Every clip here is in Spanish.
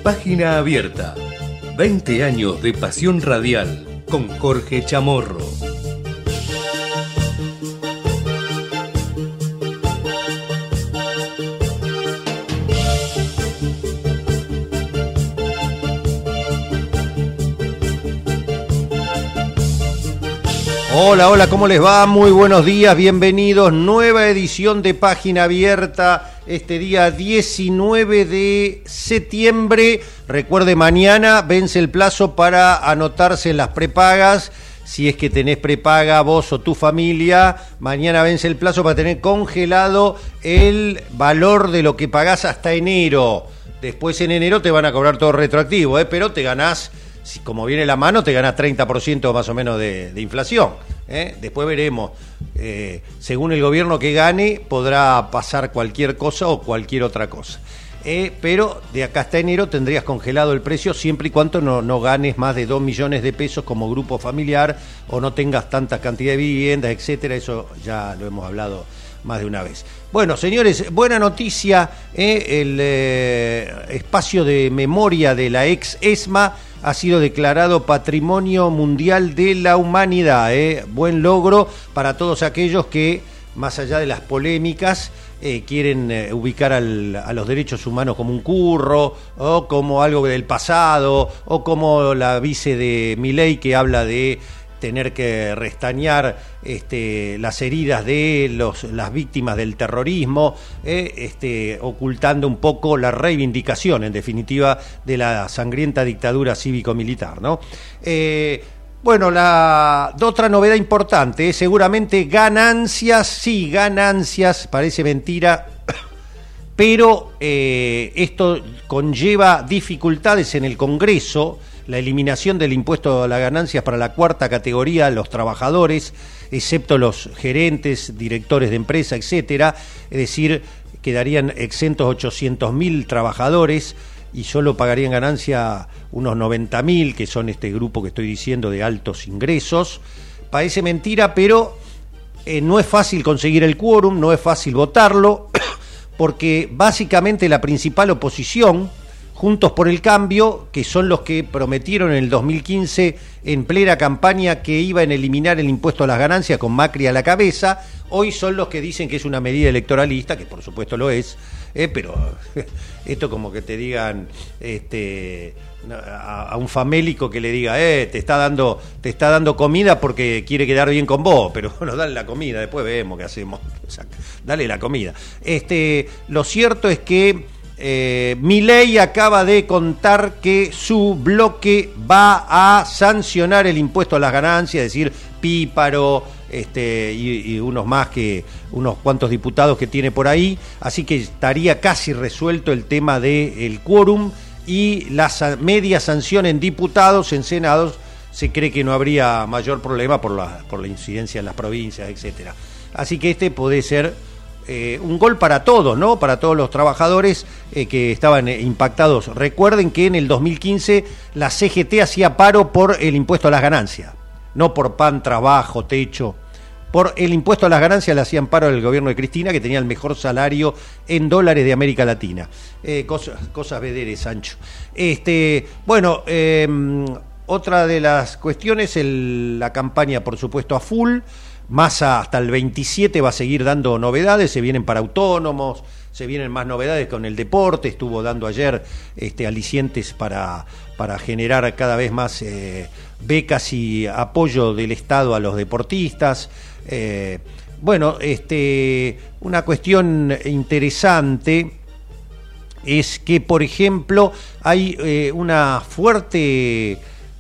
Página Abierta. 20 años de pasión radial con Jorge Chamorro. Hola, hola, ¿cómo les va? Muy buenos días, bienvenidos. Nueva edición de Página Abierta, este día 19 de septiembre. Recuerde, mañana vence el plazo para anotarse en las prepagas. Si es que tenés prepaga vos o tu familia, mañana vence el plazo para tener congelado el valor de lo que pagás hasta enero. Después en enero te van a cobrar todo retroactivo, pero te ganás, si como viene la mano, te ganás 30% más o menos de inflación. Después veremos. Según el gobierno que gane, podrá pasar cualquier cosa o cualquier otra cosa. Pero de acá hasta enero tendrías congelado el precio siempre y cuando no ganes más de 2 millones de pesos como grupo familiar o no tengas tanta cantidad de viviendas, etcétera. Eso ya lo hemos hablado más de una vez. Bueno, señores, buena noticia. El espacio de memoria de la ex ESMA ha sido declarado Patrimonio Mundial de la Humanidad. Buen logro para todos aquellos que, más allá de las polémicas, quieren ubicar a los derechos humanos como un curro, o como algo del pasado, o como la vice de Milei que habla de tener que restañar las heridas de las víctimas del terrorismo, ocultando un poco la reivindicación, en definitiva, de la sangrienta dictadura cívico-militar, ¿no? Bueno, otra novedad importante, seguramente ganancias, parece mentira, pero esto conlleva dificultades en el Congreso. La eliminación del impuesto a las ganancias para la cuarta categoría, los trabajadores, excepto los gerentes, directores de empresa, etcétera, es decir, quedarían exentos 800.000 trabajadores y solo pagarían ganancia unos 90.000, que son este grupo que estoy diciendo de altos ingresos. Parece mentira, pero no es fácil conseguir el quórum, no es fácil votarlo, porque básicamente la principal oposición, Juntos por el Cambio, que son los que prometieron en el 2015 en plena campaña que iban a eliminar el impuesto a las ganancias con Macri a la cabeza, hoy son los que dicen que es una medida electoralista, que por supuesto lo es, pero esto como que te digan a un famélico que le diga, te está dando comida porque quiere quedar bien con vos, pero bueno, dale la comida, después vemos qué hacemos, o sea, dale la comida. Lo cierto es que Milei acaba de contar que su bloque va a sancionar el impuesto a las ganancias, es decir, Píparo, y unos cuantos diputados que tiene por ahí, así que estaría casi resuelto el tema del quórum y la media sanción en diputados, en senados, se cree que no habría mayor problema por la incidencia en las provincias, etcétera. Así que puede ser un gol para todos, ¿no? Para todos los trabajadores que estaban impactados. Recuerden que en el 2015 la CGT hacía paro por el impuesto a las ganancias, no por pan, trabajo, techo. Por el impuesto a las ganancias le hacían paro el gobierno de Cristina, que tenía el mejor salario en dólares de América Latina. Cosas vederes, Sancho. Bueno, otra de las cuestiones, la campaña, por supuesto, a full. Massa hasta el 27 va a seguir dando novedades, se vienen para autónomos, se vienen más novedades con el deporte, estuvo dando ayer alicientes para generar cada vez más becas y apoyo del Estado a los deportistas. Bueno, una cuestión interesante es que, por ejemplo, hay una fuerte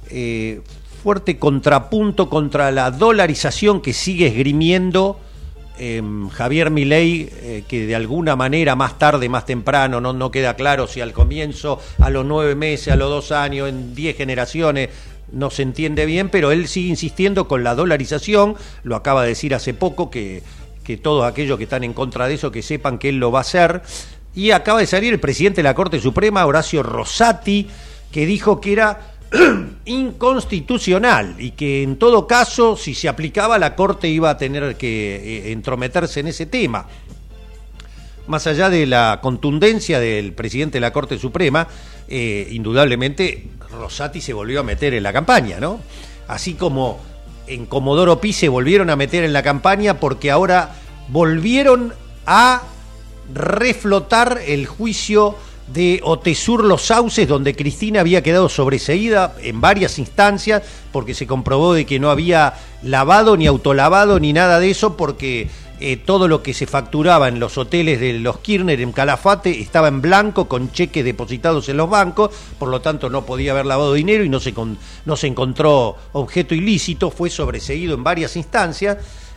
contrapunto contra la dolarización que sigue esgrimiendo Javier Milei, que de alguna manera más tarde, más temprano, no queda claro si al comienzo, a los 9 meses, a los 2 años, en 10 generaciones, no se entiende bien, pero él sigue insistiendo con la dolarización. Lo acaba de decir hace poco, que todos aquellos que están en contra de eso, que sepan que él lo va a hacer. Y acaba de salir el presidente de la Corte Suprema, Horacio Rosati, que dijo que era inconstitucional y que en todo caso, si se aplicaba, la Corte iba a tener que entrometerse en ese tema. más allá de la contundencia del presidente de la Corte Suprema, indudablemente Rosati se volvió a meter en la campaña, ¿no? Así como en Comodoro Pi se volvieron a meter en la campaña porque ahora volvieron a reflotar el juicio de Otesur Los Sauces, donde Cristina había quedado sobreseída en varias instancias porque se comprobó de que no había lavado ni autolavado ni nada de eso, porque todo lo que se facturaba en los hoteles de los Kirchner en Calafate estaba en blanco con cheques depositados en los bancos, por lo tanto no podía haber lavado dinero y no se encontró objeto ilícito, fue sobreseído en varias instancias.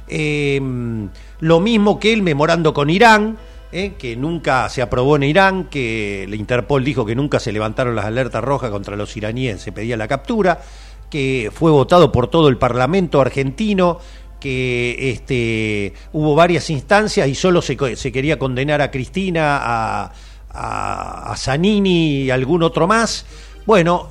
Lo mismo que el memorando con Irán, que nunca se aprobó en Irán, que la Interpol dijo que nunca se levantaron las alertas rojas contra los iraníes, se pedía la captura, que fue votado por todo el Parlamento argentino, que hubo varias instancias y solo se quería condenar a Cristina, a Zanini y algún otro más. Bueno,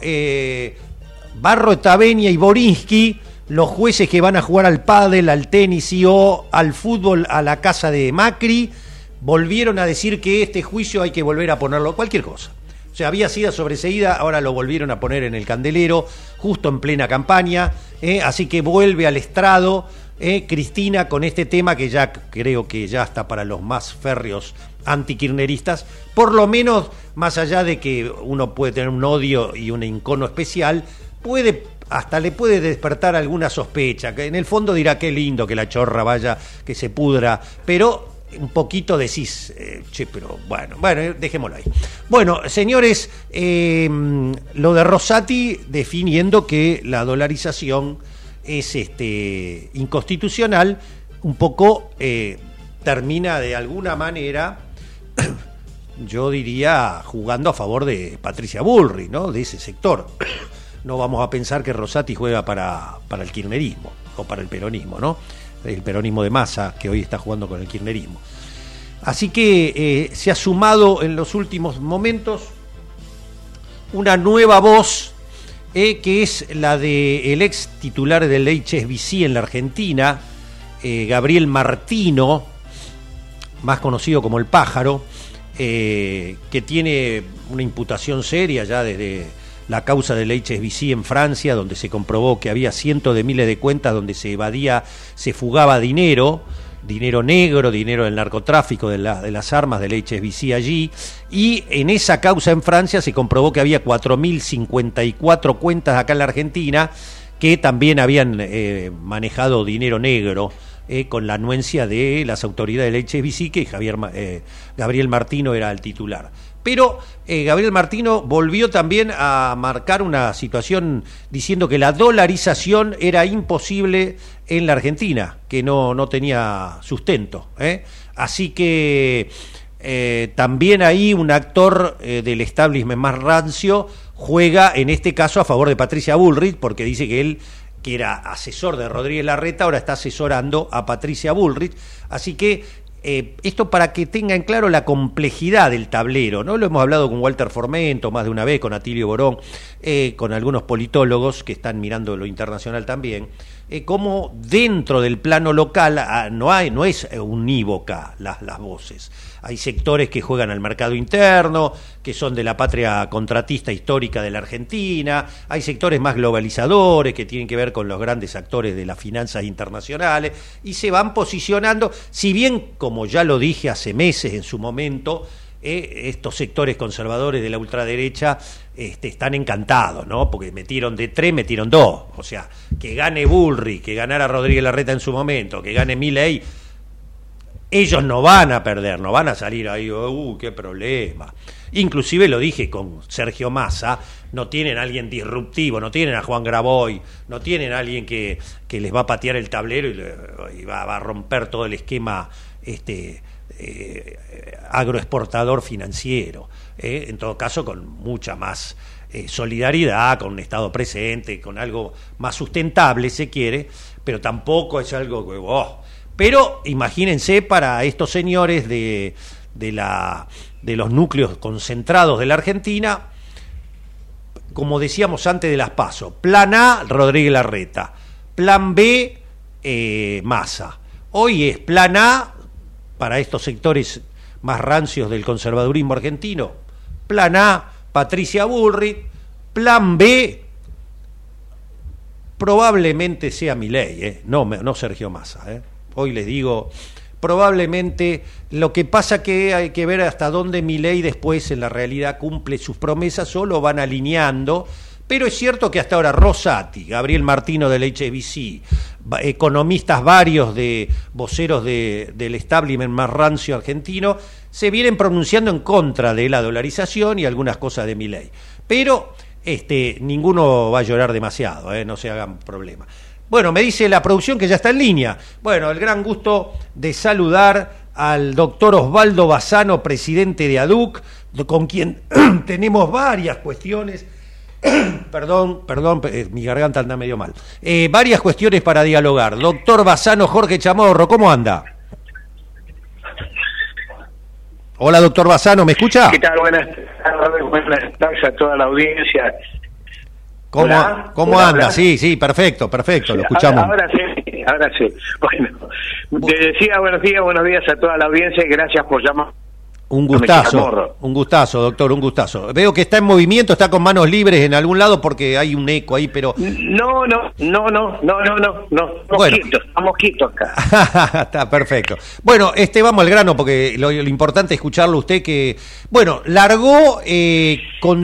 Barro, Tavenia y Borinsky, los jueces que van a jugar al pádel, al tenis y o al fútbol a la casa de Macri, volvieron a decir que este juicio hay que volver a ponerlo, cualquier cosa. O sea, había sido sobreseída, ahora lo volvieron a poner en el candelero, justo en plena campaña, así que vuelve al estrado Cristina con este tema que ya creo que ya está para los más férreos antikirchneristas, por lo menos, más allá de que uno puede tener un odio y un encono especial, hasta le puede despertar alguna sospecha, que en el fondo dirá qué lindo que la chorra vaya, que se pudra, pero un poquito decís, pero bueno, dejémoslo ahí. Bueno, señores, lo de Rosati definiendo que la dolarización es inconstitucional, un poco termina de alguna manera, yo diría, jugando a favor de Patricia Bullrich, ¿no? De ese sector. No vamos a pensar que Rosati juega para el kirchnerismo o para el peronismo, ¿no? El peronismo de Massa, que hoy está jugando con el kirchnerismo. Así que se ha sumado en los últimos momentos una nueva voz, que es la del ex titular del HSBC en la Argentina, Gabriel Martino, más conocido como El Pájaro, que tiene una imputación seria ya desde la causa del HSBC en Francia, donde se comprobó que había cientos de miles de cuentas donde se fugaba dinero negro, dinero del narcotráfico, de las armas del HSBC allí, y en esa causa en Francia se comprobó que había 4.054 cuentas acá en la Argentina que también habían manejado dinero negro, con la anuencia de las autoridades del HSBC, que Gabriel Martino era el titular. Pero Gabriel Martino volvió también a marcar una situación diciendo que la dolarización era imposible en la Argentina, que no tenía sustento. Así que también ahí un actor del establishment más rancio juega en este caso a favor de Patricia Bullrich, porque dice que él, que era asesor de Rodríguez Larreta, ahora está asesorando a Patricia Bullrich. Así que esto para que tengan claro la complejidad del tablero, ¿no? Lo hemos hablado con Walter Formento más de una vez, con Atilio Borón, con algunos politólogos que están mirando lo internacional también, cómo dentro del plano local no es unívoca las voces. Hay sectores que juegan al mercado interno, que son de la patria contratista histórica de la Argentina, hay sectores más globalizadores que tienen que ver con los grandes actores de las finanzas internacionales, y se van posicionando, si bien, como ya lo dije hace meses en su momento, estos sectores conservadores de la ultraderecha están encantados, ¿no? Porque metieron de 3, metieron 2, o sea, que gane Bullrich, que ganara Rodríguez Larreta en su momento, que gane Milei, ellos no van a perder, no van a salir ahí, qué problema. Inclusive lo dije con Sergio Massa, no tienen a alguien disruptivo, no tienen a Juan Graboy, no tienen a alguien que les va a patear el tablero y va a romper todo el esquema agroexportador financiero. En todo caso, con mucha más solidaridad, con un Estado presente, con algo más sustentable, se quiere, pero tampoco es algo que... Pero imagínense para estos señores de los núcleos concentrados de la Argentina, como decíamos antes de las PASO, plan A, Rodríguez Larreta, plan B, Massa. Hoy es plan A para estos sectores más rancios del conservadurismo argentino. Plan A, Patricia Bullrich. Plan B, probablemente sea Milei, no Sergio Massa. Hoy les digo, probablemente. Lo que pasa que hay que ver hasta dónde Milei después en la realidad cumple sus promesas o lo van alineando. Pero es cierto que hasta ahora Rosati, Gabriel Martino del HBC, economistas varios de voceros del establishment más rancio argentino, se vienen pronunciando en contra de la dolarización y algunas cosas de Milei. Pero ninguno va a llorar demasiado, no se hagan problema. Bueno, me dice la producción que ya está en línea. Bueno, el gran gusto de saludar al doctor Osvaldo Bassano, presidente de ADUC, con quien tenemos varias cuestiones. Perdón, mi garganta anda medio mal. Varias cuestiones para dialogar. Doctor Bassano, Jorge Chamorro, ¿cómo anda? Hola, doctor Bassano, ¿me escucha? ¿Qué tal? Buenas tardes a toda la audiencia. ¿Cómo anda? Sí, perfecto, lo escuchamos. Ahora sí. Bueno, te decía buenos días a toda la audiencia y gracias por llamar. Un gustazo, doctor, un gustazo. Veo que está en movimiento, está con manos libres en algún lado porque hay un eco ahí, pero... No. Bueno. Estamos quietos acá. Está perfecto. Bueno, vamos al grano porque lo importante es escucharlo usted que... Bueno, largó el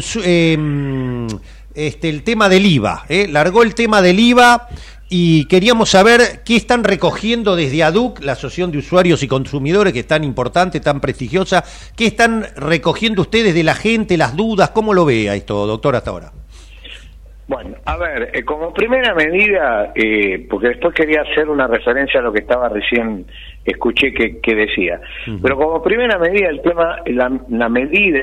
tema del IVA, largó el tema del IVA... Y queríamos saber qué están recogiendo desde ADUC, la Asociación de Usuarios y Consumidores, que es tan importante, tan prestigiosa. ¿Qué están recogiendo ustedes de la gente, las dudas? ¿Cómo lo ve a esto, doctor, hasta ahora? Bueno, a ver, como primera medida, porque después quería hacer una referencia a lo que estaba recién, escuché que decía. Pero como primera medida, el tema, la medida,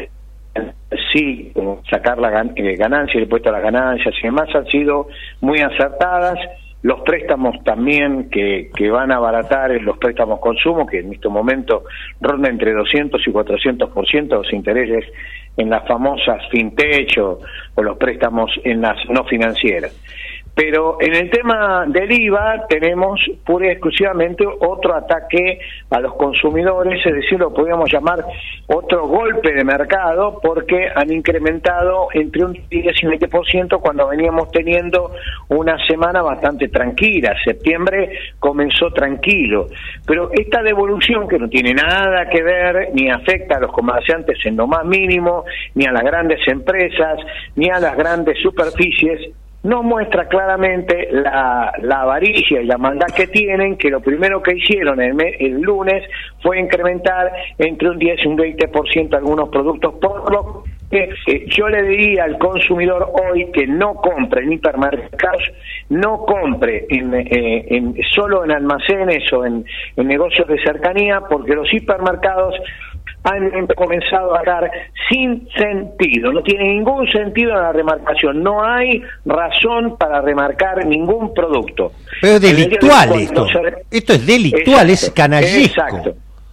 sí, sacar la ganancia, el impuesto a las ganancias y demás, han sido muy acertadas. Los préstamos también que van a abaratar en los préstamos consumo, que en este momento ronda entre 200 y 400% los intereses en las famosas fintech o los préstamos en las no financieras. Pero en el tema del IVA tenemos pura y exclusivamente otro ataque a los consumidores, es decir, lo podríamos llamar otro golpe de mercado, porque han incrementado entre un 10 y 20% cuando veníamos teniendo una semana bastante tranquila. Septiembre comenzó tranquilo, pero esta devolución, que no tiene nada que ver ni afecta a los comerciantes en lo más mínimo, ni a las grandes empresas, ni a las grandes superficies, nos muestra claramente la avaricia y la maldad que tienen, que lo primero que hicieron el lunes fue incrementar entre un 10 y un 20% algunos productos, por lo que yo le diría al consumidor hoy que no compre en hipermercados, no compre solo en almacenes o en negocios de cercanía, porque los hipermercados han comenzado a dar sin sentido, no tiene ningún sentido la remarcación, no hay razón para remarcar ningún producto. Pero es delictual esto es delictual, exacto, es canallesco. Exacto.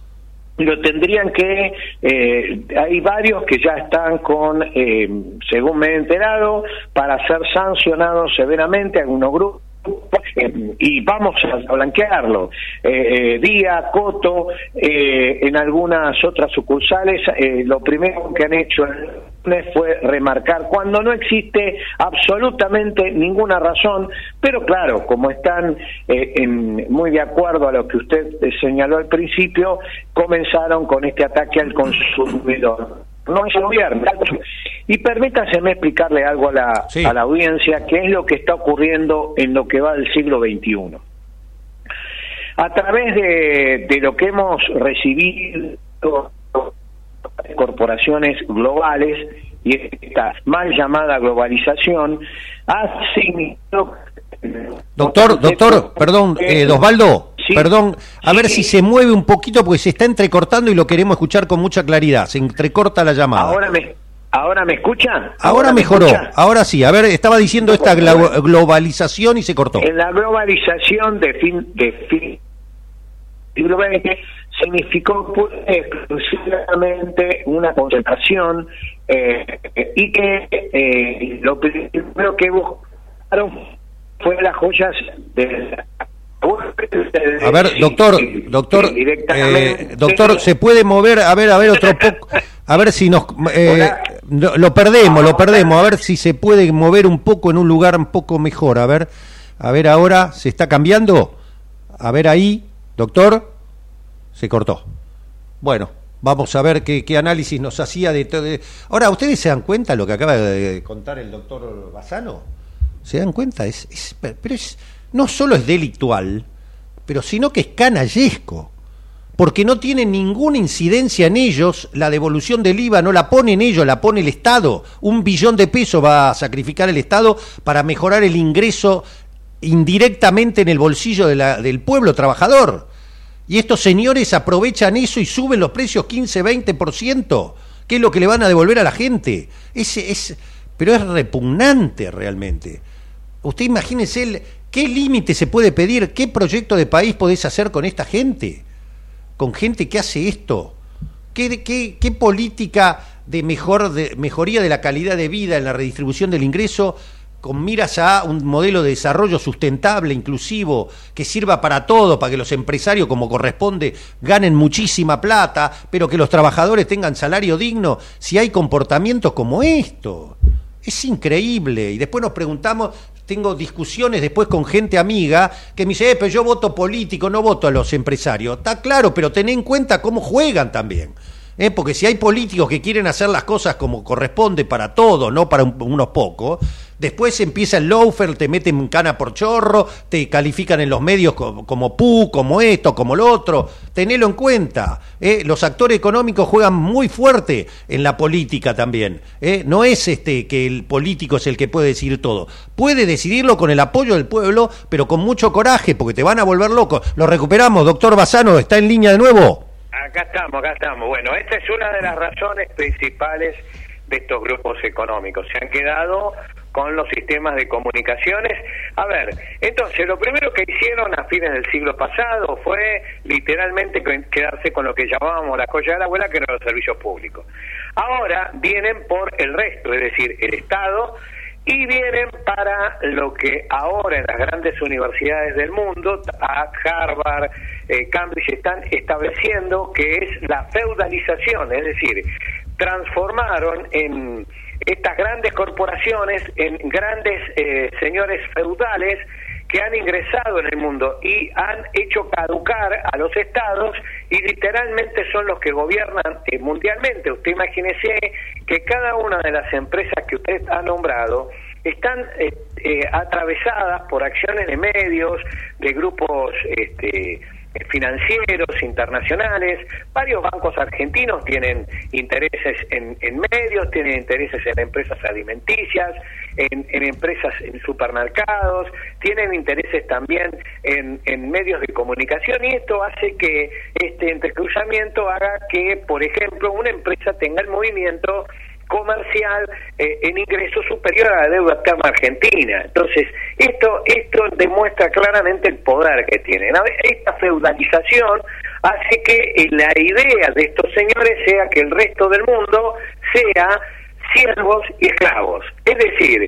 Lo tendrían que, hay varios que ya están con, según me he enterado, para ser sancionados severamente, algunos grupos, y vamos a blanquearlo. Día, Coto, en algunas otras sucursales, lo primero que han hecho fue remarcar cuando no existe absolutamente ninguna razón, pero claro, como están muy de acuerdo a lo que usted señaló al principio, comenzaron con este ataque al consumidor. No es el gobierno. Y permítaseme explicarle algo a la audiencia, que es lo que está ocurriendo en lo que va del siglo XXI. A través de lo que hemos recibido corporaciones globales y esta mal llamada globalización ha significado... Doctor, perdón, Osvaldo, sí, perdón, ver si se mueve un poquito porque se está entrecortando y lo queremos escuchar con mucha claridad, se entrecorta la llamada. ¿Ahora me escucha? Ahora mejoró, ahora sí, a ver, estaba diciendo esta globalización y se cortó. En la globalización significó exclusivamente una concentración y que lo primero que buscaron fue las joyas de A ver, doctor, doctor, ¿se puede mover? A ver, otro poco, a ver si nos lo perdemos, a ver si se puede mover un poco en un lugar un poco mejor, a ver ahora, ¿se está cambiando? A ver ahí, doctor, se cortó. Bueno, vamos a ver qué análisis nos hacía de todo. Ahora, ¿ustedes se dan cuenta de lo que acaba de contar el doctor Bassano? ¿Se dan cuenta? Pero no solo es delictual, pero sino que es canallesco, porque no tiene ninguna incidencia en ellos. La devolución del IVA no la ponen ellos, la pone el Estado. 1 billón de pesos va a sacrificar el Estado para mejorar el ingreso indirectamente en el bolsillo del pueblo trabajador. Y estos señores aprovechan eso y suben los precios 15-20%, que es lo que le van a devolver a la gente. Pero es repugnante realmente. Usted imagínese qué límite se puede pedir, qué proyecto de país podés hacer con esta gente, con gente que hace esto. ¿Qué política de mejoría de la calidad de vida en la redistribución del ingreso con miras a un modelo de desarrollo sustentable, inclusivo, que sirva para todo, para que los empresarios, como corresponde, ganen muchísima plata, pero que los trabajadores tengan salario digno, si hay comportamientos como esto? Es increíble. Y después nos preguntamos, tengo discusiones después con gente amiga que me dice, pero yo voto político, no voto a los empresarios. Está claro, pero ten en cuenta cómo juegan también. Porque si hay políticos que quieren hacer las cosas como corresponde para todos, no para unos pocos, después empieza el lawfare, te meten cana por chorro, te califican en los medios como pu, como esto, como lo otro. Tenelo en cuenta. Los actores económicos juegan muy fuerte en la política también. No es que el político es el que puede decidir todo. Puede decidirlo con el apoyo del pueblo, pero con mucho coraje, porque te van a volver loco. Lo recuperamos. Doctor Bassano, ¿está en línea de nuevo? Acá estamos. Bueno, esta es una de las razones principales de estos grupos económicos. Se han quedado con los sistemas de comunicaciones. A ver, entonces, lo primero que hicieron a fines del siglo pasado fue literalmente quedarse con lo que llamábamos la joya de la abuela, que eran los servicios públicos. Ahora vienen por el resto, es decir, el Estado, y vienen para lo que ahora en las grandes universidades del mundo, Harvard, Cambridge, están estableciendo, que es la feudalización, es decir, transformaron en estas grandes corporaciones en grandes señores feudales que han ingresado en el mundo y han hecho caducar a los estados y literalmente son los que gobiernan mundialmente. Usted imagínese que cada una de las empresas que usted ha nombrado están atravesadas por acciones de medios, de grupos financieros internacionales. Varios bancos argentinos tienen intereses en medios, tienen intereses en empresas alimenticias, en empresas, en supermercados, tienen intereses también en medios de comunicación, y esto hace que este entrecruzamiento haga que, por ejemplo, una empresa tenga el movimiento comercial en ingresos superior a la deuda externa argentina. Entonces, esto demuestra claramente el poder que tienen. Esta feudalización hace que la idea de estos señores sea que el resto del mundo sea siervos y esclavos. Es decir,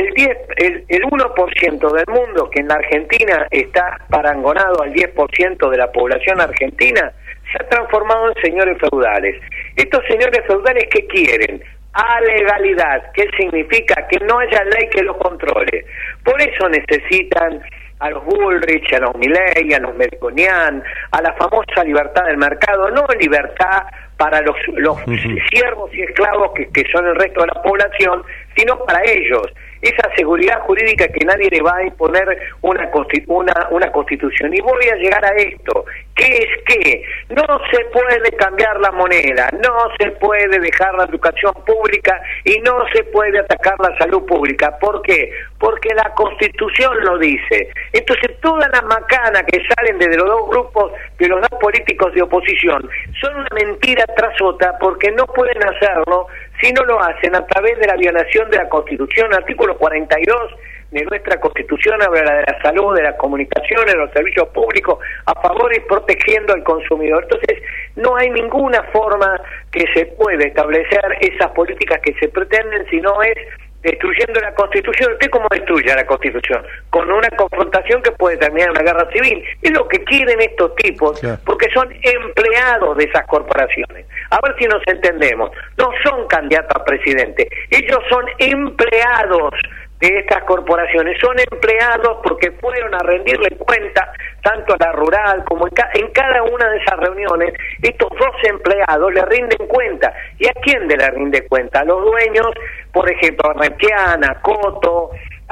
el 1% del mundo, que en la Argentina está parangonado al 10% de la población argentina, se ha transformado en señores feudales. Estos señores feudales, ¿qué quieren? A legalidad. ¿Qué significa? Que no haya ley que los controle. Por eso necesitan a los Bullrich, a los Milei, a los Melconian, a la famosa libertad del mercado, no libertad para los siervos y esclavos que son el resto de la población, sino para ellos. Esa seguridad jurídica que nadie le va a imponer una constitución. Y voy a llegar a esto, que es que no se puede cambiar la moneda, no se puede dejar la educación pública y no se puede atacar la salud pública. ¿Por qué? Porque la Constitución lo dice. Entonces todas las macanas que salen de los dos grupos, de los dos políticos de oposición, son una mentira tras otra, porque no pueden hacerlo si no lo hacen a través de la violación de la Constitución. El artículo 42 de nuestra Constitución habla de la salud, de las comunicaciones, de los servicios públicos, a favor y protegiendo al consumidor. Entonces, no hay ninguna forma que se pueda establecer esas políticas que se pretenden, si no es destruyendo la Constitución. ¿Usted cómo destruye la Constitución? Con una confrontación que puede terminar en una guerra civil. Es lo que quieren estos tipos, claro, porque son empleados de esas corporaciones. A ver si nos entendemos. No son candidatos a presidente, ellos son empleados de estas corporaciones, son empleados porque fueron a rendirle cuenta tanto a la rural como en cada una de esas reuniones. Estos dos empleados le rinden cuenta. ¿Y a quién le rinde cuenta? A los dueños, por ejemplo, a Ranquiana, a Coto,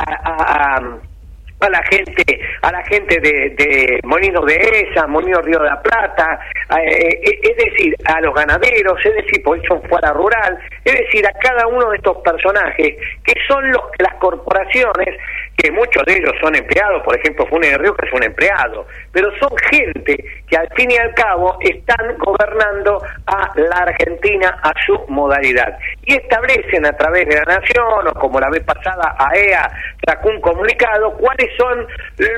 a la gente de Molinos de Esa, Molinos Río de la Plata, es decir, a los ganaderos, es decir, por eso fuera rural, es decir, a cada uno de estos personajes que son las corporaciones, que muchos de ellos son empleados. Por ejemplo, Funes de Río, que es un empleado, pero son gente que al fin y al cabo están gobernando a la Argentina a su modalidad y establecen a través de la Nación, o como la vez pasada AEA sacó un comunicado, cuáles son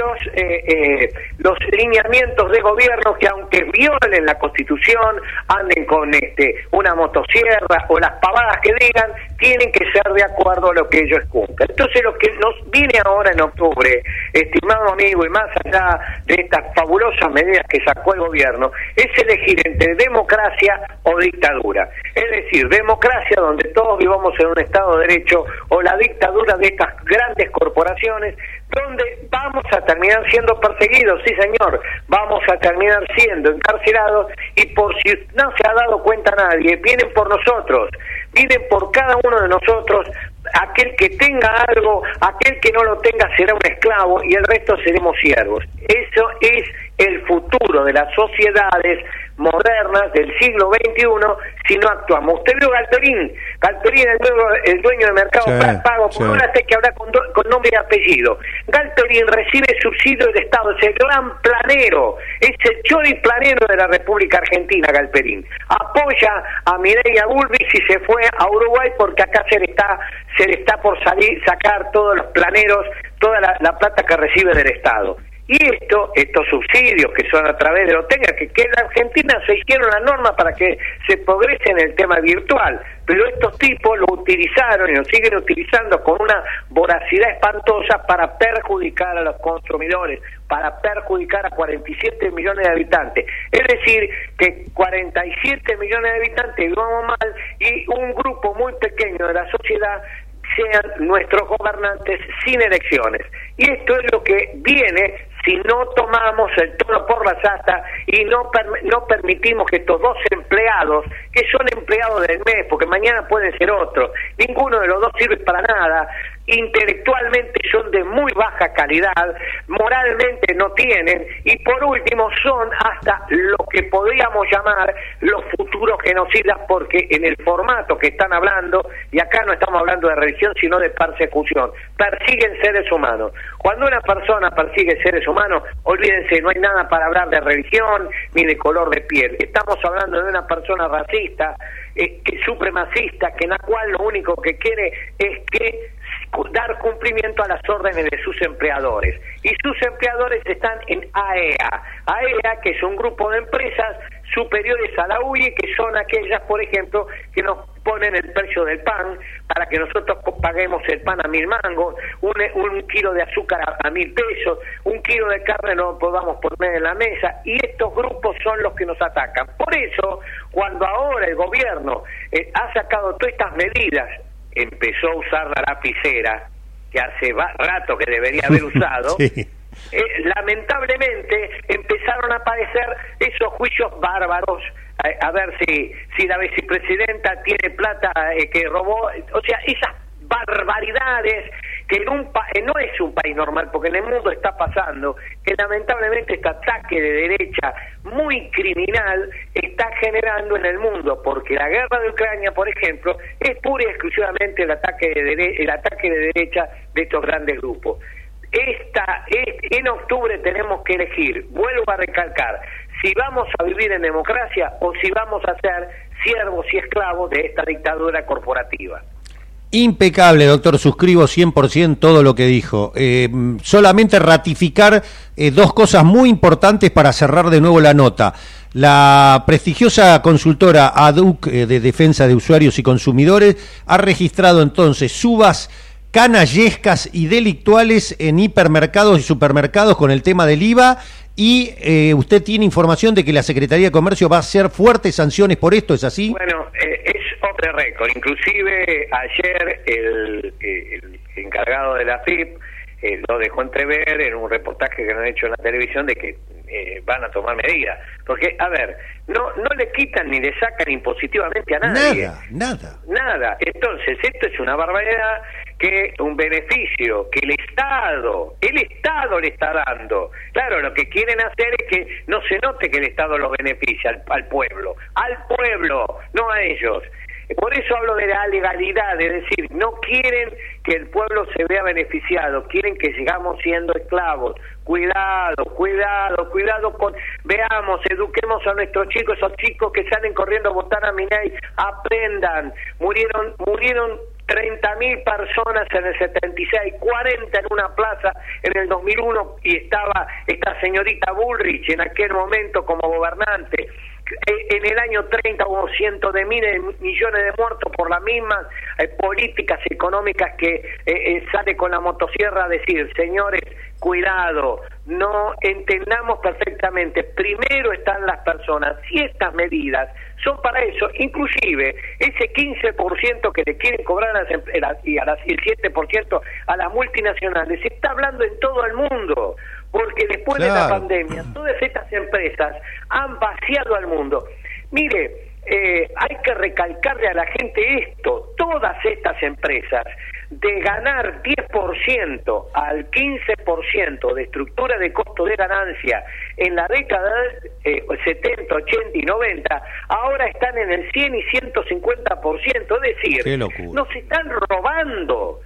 los lineamientos de gobierno que, aunque violen la Constitución, anden con una motosierra o las pavadas que digan, tienen que ser de acuerdo a lo que ellos cumplen. Entonces, lo que nos viene ahora en octubre, estimado amigo, y más allá de estas fabulosas medidas que sacó el gobierno, es elegir entre democracia o dictadura. Es decir, democracia donde todos vivamos en un Estado de Derecho, o la dictadura de estas grandes corporaciones donde vamos a terminar siendo perseguidos, sí señor, vamos a terminar siendo encarcelados, y por si no se ha dado cuenta nadie, vienen por nosotros, vienen por cada uno de nosotros. Aquel que tenga algo, aquel que no lo tenga será un esclavo y el resto seremos siervos. Eso es el futuro de las sociedades modernas del siglo XXI si no actuamos. Usted vio Galperín, el dueño de Mercado Pago, por ahora hay que hablar con nombre y apellido. Galperín recibe subsidio del Estado, es el gran planero, es el chori planero de la República Argentina. Galperín apoya a Mireia Bullrich y se fue a Uruguay porque acá se le está por sacar todos los planeros, toda la plata que recibe del Estado. Y estos subsidios que son a través de OTENGA, que en la Argentina se hicieron la norma para que se progrese en el tema virtual, pero estos tipos lo utilizaron y lo siguen utilizando con una voracidad espantosa para perjudicar a los consumidores, para perjudicar a 47 millones de habitantes. Es decir, que 47 millones de habitantes vivamos mal y un grupo muy pequeño de la sociedad sean nuestros gobernantes sin elecciones. Y esto es lo que viene si no tomamos el toro por las astas y no permitimos que estos dos empleados, que son empleados del mes, porque mañana pueden ser otros, ninguno de los dos sirve para nada, intelectualmente son de muy baja calidad, moralmente no tienen, y por último son hasta lo que podríamos llamar los futuros genocidas, porque en el formato que están hablando, y acá no estamos hablando de religión sino de persecución, persiguen seres humanos. Cuando una persona persigue seres humanos, olvídense, no hay nada para hablar de religión ni de color de piel. Estamos hablando de una persona racista, supremacista, que en la cual lo único que quiere es dar cumplimiento a las órdenes de sus empleadores. Y sus empleadores están en AEA, que es un grupo de empresas superiores a la UIE, que son aquellas, por ejemplo, que nos ponen el precio del pan para que nosotros paguemos el pan a 1.000 mangos, un kilo de azúcar a 1.000 pesos, un kilo de carne no lo podamos poner en la mesa, y estos grupos son los que nos atacan. Por eso, cuando ahora el gobierno ha sacado todas estas medidas, empezó a usar la lapicera, que hace rato que debería haber usado, sí. Lamentablemente empezaron a aparecer esos juicios bárbaros, a ver si la vicepresidenta tiene plata que robó, o sea, esas barbaridades que no es un país normal, porque en el mundo está pasando que lamentablemente este ataque de derecha muy criminal está generando en el mundo, porque la guerra de Ucrania, por ejemplo, es pura y exclusivamente el ataque de derecha de estos grandes grupos. En octubre tenemos que elegir, vuelvo a recalcar, si vamos a vivir en democracia o si vamos a ser siervos y esclavos de esta dictadura corporativa. Impecable, doctor, suscribo 100% todo lo que dijo. Solamente ratificar dos cosas muy importantes para cerrar de nuevo la nota. La prestigiosa consultora ADUC de Defensa de Usuarios y Consumidores ha registrado entonces subas canallescas y delictuales en hipermercados y supermercados con el tema del IVA, y usted tiene información de que la Secretaría de Comercio va a hacer fuertes sanciones por esto, ¿es así? Bueno, es off the record. Inclusive ayer el encargado de la AFIP lo dejó entrever en un reportaje que nos han hecho en la televisión de que van a tomar medidas. Porque, a ver, no le quitan ni le sacan impositivamente a nadie. Nada. Entonces, esto es una barbaridad, que un beneficio que el Estado le está dando. Claro, lo que quieren hacer es que no se note que el Estado los beneficia al pueblo, no a ellos. Por eso hablo de la legalidad, es decir, no quieren que el pueblo se vea beneficiado, quieren que sigamos siendo esclavos. Cuidado veamos, eduquemos a nuestros chicos, esos chicos que salen corriendo a votar a Milei, aprendan. Murieron 30.000 personas en el 76, 40 en una plaza en el 2001, y estaba esta señorita Bullrich en aquel momento como gobernante. En el año 30 hubo cientos de miles de millones de muertos por las mismas políticas económicas que sale con la motosierra a decir, señores, cuidado, no entendamos perfectamente, primero están las personas, y estas medidas son para eso. Inclusive ese 15% que le quieren cobrar a las empresas y el 7% a las multinacionales, se está hablando en todo el mundo, porque después de la pandemia todas estas empresas han vaciado al mundo. Mire, hay que recalcarle a la gente esto, todas estas empresas, de ganar 10% al 15% de estructura de costo de ganancia en la década de 70, 80 y 90, ahora están en el 100 y 150%, es decir, nos están robando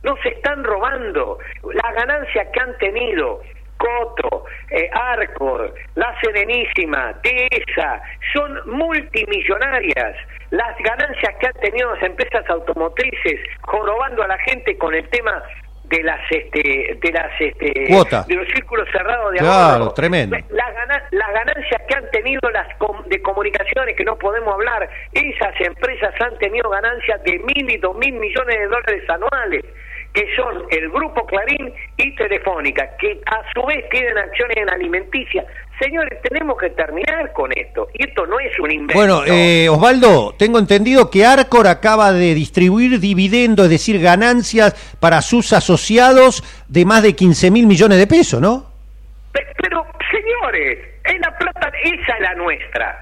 la ganancia que han tenido Coto, Arcor, La Serenísima, TESA, son multimillonarias las ganancias que han tenido las empresas automotrices, jorobando a la gente con el tema de las cuotas, de los círculos cerrados de ahorro. Claro, tremendo. Las ganancias que han tenido de comunicaciones, que no podemos hablar, esas empresas han tenido ganancias de 1.000 y 2.000 millones de dólares anuales, que son el Grupo Clarín y Telefónica, que a su vez tienen acciones en alimenticia. Señores, tenemos que terminar con esto, y esto no es un invento. Bueno, Osvaldo, tengo entendido que Arcor acaba de distribuir dividendos, es decir, ganancias para sus asociados de más de 15.000 millones de pesos, ¿no? Pero señores, es la plata, esa es la nuestra.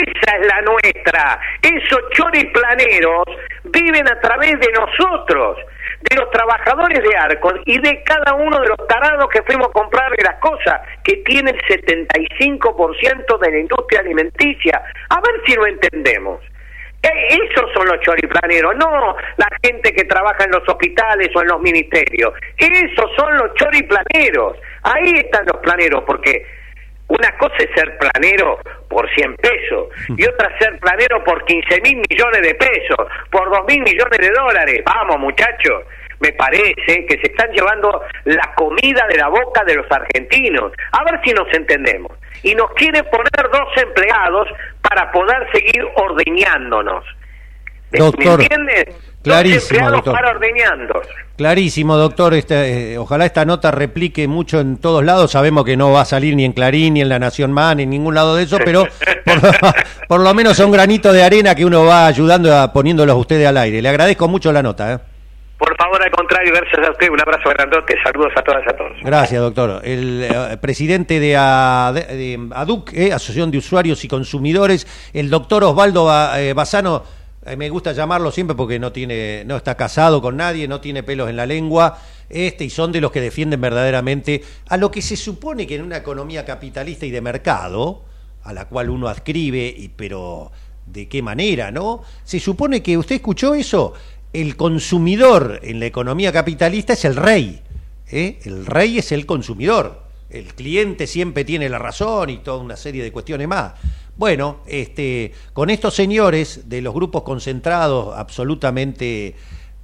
Esos choriplaneros viven a través de nosotros, de los trabajadores de Arcor y de cada uno de los tarados que fuimos a comprarle las cosas, que tiene el 75% de la industria alimenticia. A ver si lo entendemos. Esos son los choriplaneros, no la gente que trabaja en los hospitales o en los ministerios. Esos son los choriplaneros. Ahí están los planeros, porque una cosa es ser planero por 100 pesos y otra ser planero por 15.000 millones de pesos, por 2.000 millones de dólares. Vamos, muchachos, me parece que se están llevando la comida de la boca de los argentinos. A ver si nos entendemos. Y nos quieren poner 2 empleados para poder seguir ordeñándonos. Doctor, ¿me entiendes? Clarísimo, doctor. Para ordeñando. Clarísimo, doctor. Ojalá esta nota replique mucho en todos lados. Sabemos que no va a salir ni en Clarín, ni en La Nación Más, ni en ningún lado de eso, pero por lo menos son granitos de arena que uno va ayudando, poniéndolos a ustedes al aire. Le agradezco mucho la nota. Por favor, al contrario, gracias a usted. Un abrazo grandote. Saludos a todas y a todos. Gracias, doctor. El presidente de ADUC, Asociación de Usuarios y Consumidores, el doctor Osvaldo Bassano. Me gusta llamarlo siempre porque no está casado con nadie, no tiene pelos en la lengua, y son de los que defienden verdaderamente a lo que se supone que en una economía capitalista y de mercado, a la cual uno adscribe, pero ¿de qué manera, no? Se supone que, ¿usted escuchó eso? El consumidor en la economía capitalista es el rey, el rey es el consumidor, el cliente siempre tiene la razón y toda una serie de cuestiones más. Bueno, con estos señores de los grupos concentrados absolutamente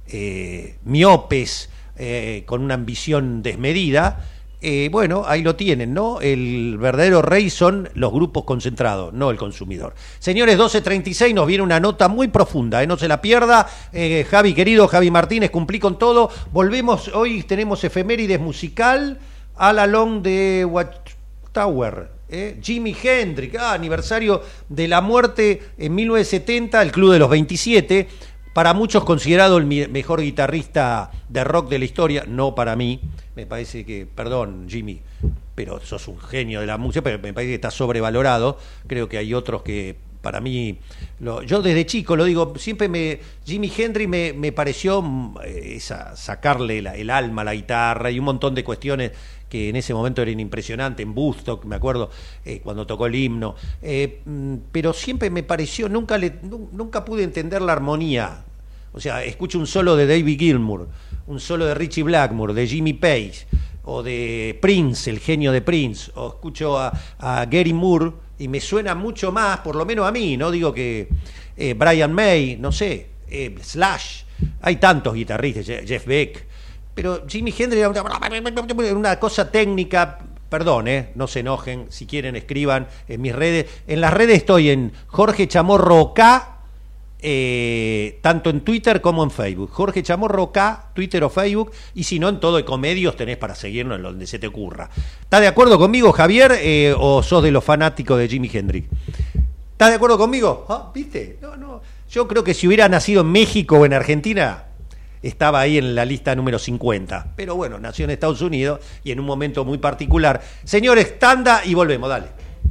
miopes, con una ambición desmedida. Bueno, ahí lo tienen, ¿no? El verdadero rey son los grupos concentrados, no el consumidor. Señores, 12:36, nos viene una nota muy profunda, no se la pierda. Javi, querido, Javi Martínez, cumplí con todo. Volvemos, hoy tenemos efemérides musical, All Along the Watchtower. Jimi Hendrix, aniversario de la muerte en 1970, el Club de los 27. Para muchos considerado el mejor guitarrista de rock de la historia, no para mí. Me parece que, perdón Jimmy, pero sos un genio de la música, pero me parece que está sobrevalorado. Creo que hay otros que para mí, yo desde chico lo digo, siempre Jimi Hendrix me pareció sacarle el alma a la guitarra y un montón de cuestiones que en ese momento eran impresionantes, en Woodstock, me acuerdo, cuando tocó el himno, pero siempre me pareció, nunca pude entender la armonía. O sea, escucho un solo de David Gilmour, un solo de Ritchie Blackmore, de Jimmy Page, o de Prince, el genio de Prince, o escucho a Gary Moore, y me suena mucho más, por lo menos a mí, no digo que Brian May, no sé, Slash, hay tantos guitarristas, Jeff Beck, pero Jimi Hendrix era una cosa técnica. Perdón, no se enojen, si quieren escriban en mis redes. En las redes estoy en Jorge Chamorro K, tanto en Twitter como en Facebook. Jorge Chamorro K, Twitter o Facebook, y si no, en todo Ecomedios tenés para seguirnos en donde se te ocurra. ¿Estás de acuerdo conmigo, Javier, o sos de los fanáticos de Jimi Hendrix? ¿Estás de acuerdo conmigo? ¿Viste? No. Yo creo que si hubiera nacido en México o en Argentina, estaba ahí en la lista número 50. Pero bueno, nació en Estados Unidos y en un momento muy particular. Señores, tanda y volvemos, dale.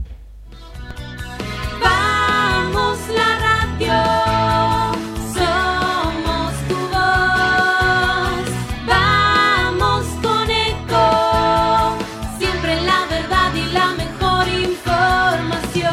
Vamos la radio, somos tu voz. Vamos con Eco, siempre la verdad y la mejor información.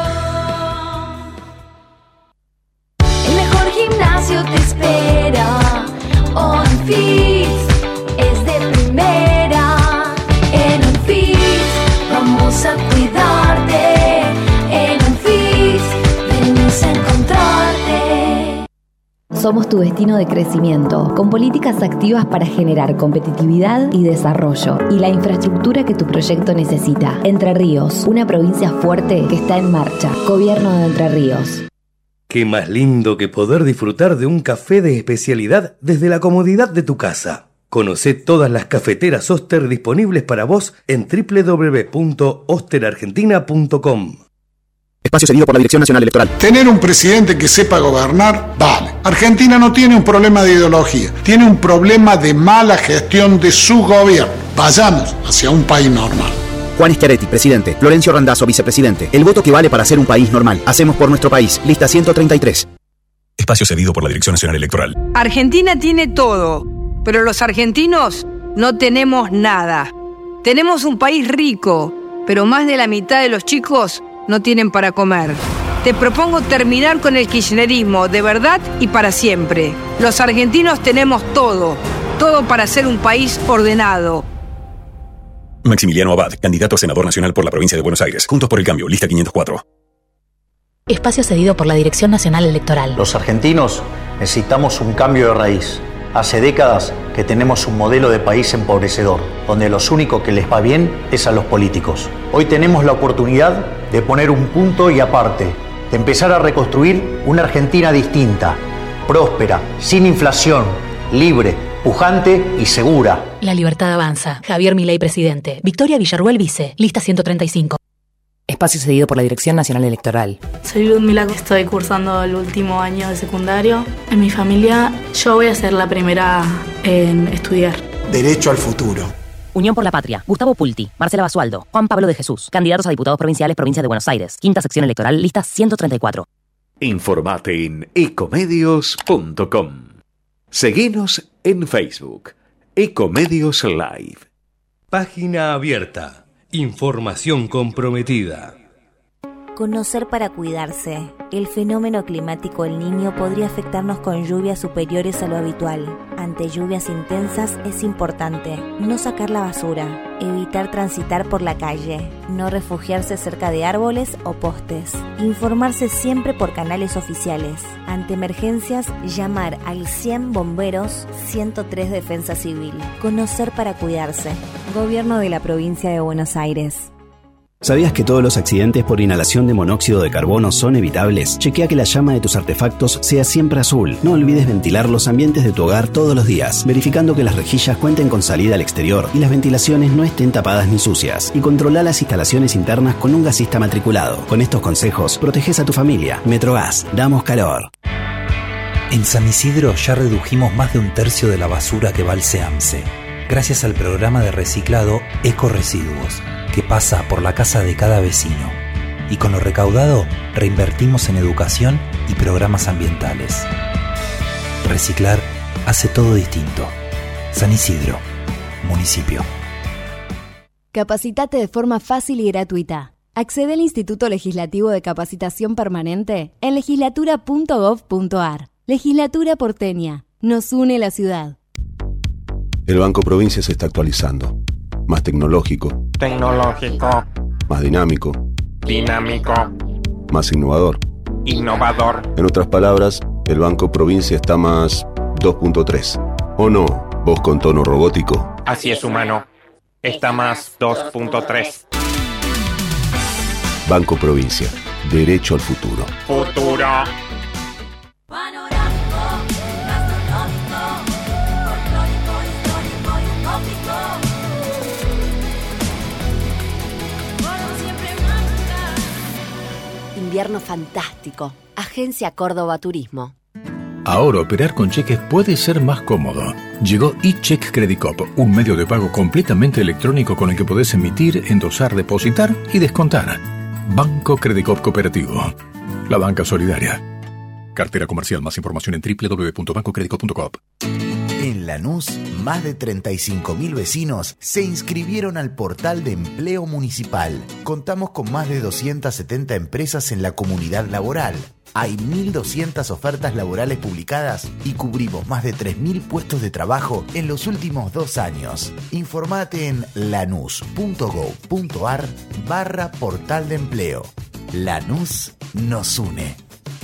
El mejor gimnasio te espera. OnFit es de primera. En OnFit vamos a cuidarte. En OnFit venimos a encontrarte. Somos tu destino de crecimiento, con políticas activas para generar competitividad y desarrollo, y la infraestructura que tu proyecto necesita. Entre Ríos, una provincia fuerte que está en marcha. Gobierno de Entre Ríos. Qué más lindo que poder disfrutar de un café de especialidad desde la comodidad de tu casa. Conocé todas las cafeteras Oster disponibles para vos en www.osterargentina.com. Espacio cedido por la Dirección Nacional Electoral. Tener un presidente que sepa gobernar, vale. Argentina no tiene un problema de ideología, tiene un problema de mala gestión de su gobierno. Vayamos hacia un país normal. Juan Schiaretti, presidente. Florencio Randazzo, vicepresidente. El voto que vale para ser un país normal. Hacemos por nuestro país. Lista 133. Espacio cedido por la Dirección Nacional Electoral. Argentina tiene todo, pero los argentinos no tenemos nada. Tenemos un país rico, pero más de la mitad de los chicos no tienen para comer. Te propongo terminar con el kirchnerismo de verdad y para siempre. Los argentinos tenemos todo para ser un país ordenado. Maximiliano Abad, candidato a senador nacional por la provincia de Buenos Aires. Juntos por el Cambio, lista 504. Espacio cedido por la Dirección Nacional Electoral. Los argentinos necesitamos un cambio de raíz. Hace décadas que tenemos un modelo de país empobrecedor, donde los únicos que les va bien es a los políticos. Hoy tenemos la oportunidad de poner un punto y aparte, de empezar a reconstruir una Argentina distinta, próspera, sin inflación, libre, pujante y segura. La libertad avanza. Javier Milei, presidente. Victoria Villarruel, vice. Lista 135. Espacio cedido por la Dirección Nacional Electoral. Soy Ludmila, estoy cursando el último año de secundario. En mi familia, yo voy a ser la primera en estudiar. Derecho al futuro. Unión por la Patria. Gustavo Pulti, Marcela Basualdo, Juan Pablo de Jesús. Candidatos a diputados provinciales, Provincia de Buenos Aires. Quinta sección electoral, lista 134. Informate en ecomedios.com. Seguinos en Facebook. Ecomedios Live. Página abierta. Información comprometida. Conocer para cuidarse. El fenómeno climático El Niño podría afectarnos con lluvias superiores a lo habitual. Ante lluvias intensas es importante no sacar la basura, evitar evitar transitar por la calle, no refugiarse cerca de árboles o postes, informarse siempre por canales oficiales. Ante emergencias, llamar al 100 bomberos, 103 Defensa Civil. Conocer para cuidarse. Gobierno de la Provincia de Buenos Aires. ¿Sabías que todos los accidentes por inhalación de monóxido de carbono son evitables? Chequea que la llama de tus artefactos sea siempre azul. No olvides ventilar los ambientes de tu hogar todos los días, verificando que las rejillas cuenten con salida al exterior y las ventilaciones no estén tapadas ni sucias. Y controla las instalaciones internas con un gasista matriculado. Con estos consejos, proteges a tu familia. Metrogas, damos calor. En San Isidro ya redujimos más de 1/3 de la basura que va al SEAMSE, gracias al programa de reciclado Ecoresiduos, que pasa por la casa de cada vecino. Y con lo recaudado, reinvertimos en educación y programas ambientales. Reciclar hace todo distinto. San Isidro, municipio. Capacitate de forma fácil y gratuita. Accede al Instituto Legislativo de Capacitación Permanente en legislatura.gov.ar. Legislatura porteña. Nos une la ciudad. El Banco Provincia se está actualizando. Más tecnológico. Más dinámico. Más innovador. En otras palabras, el Banco Provincia está más 2.3. ¿O no? Vos con tono robótico. Así es, humano. Está más 2.3. Banco Provincia. Derecho al futuro. Futuro. Invierno fantástico. Agencia Córdoba Turismo. Ahora operar con cheques puede ser más cómodo. Llegó eCheck Credit Cop, un medio de pago completamente electrónico con el que podés emitir, endosar, depositar y descontar. Banco Credit Cop Cooperativo. La banca solidaria. Cartera comercial. Más información en www.bancocreditcop.com. En Lanús, más de 35.000 vecinos se inscribieron al portal de empleo municipal. Contamos con más de 270 empresas en la comunidad laboral. Hay 1.200 ofertas laborales publicadas y cubrimos más de 3.000 puestos de trabajo en los últimos 2 años. Informate en lanús.gov.ar/portal de empleo. Lanús nos une.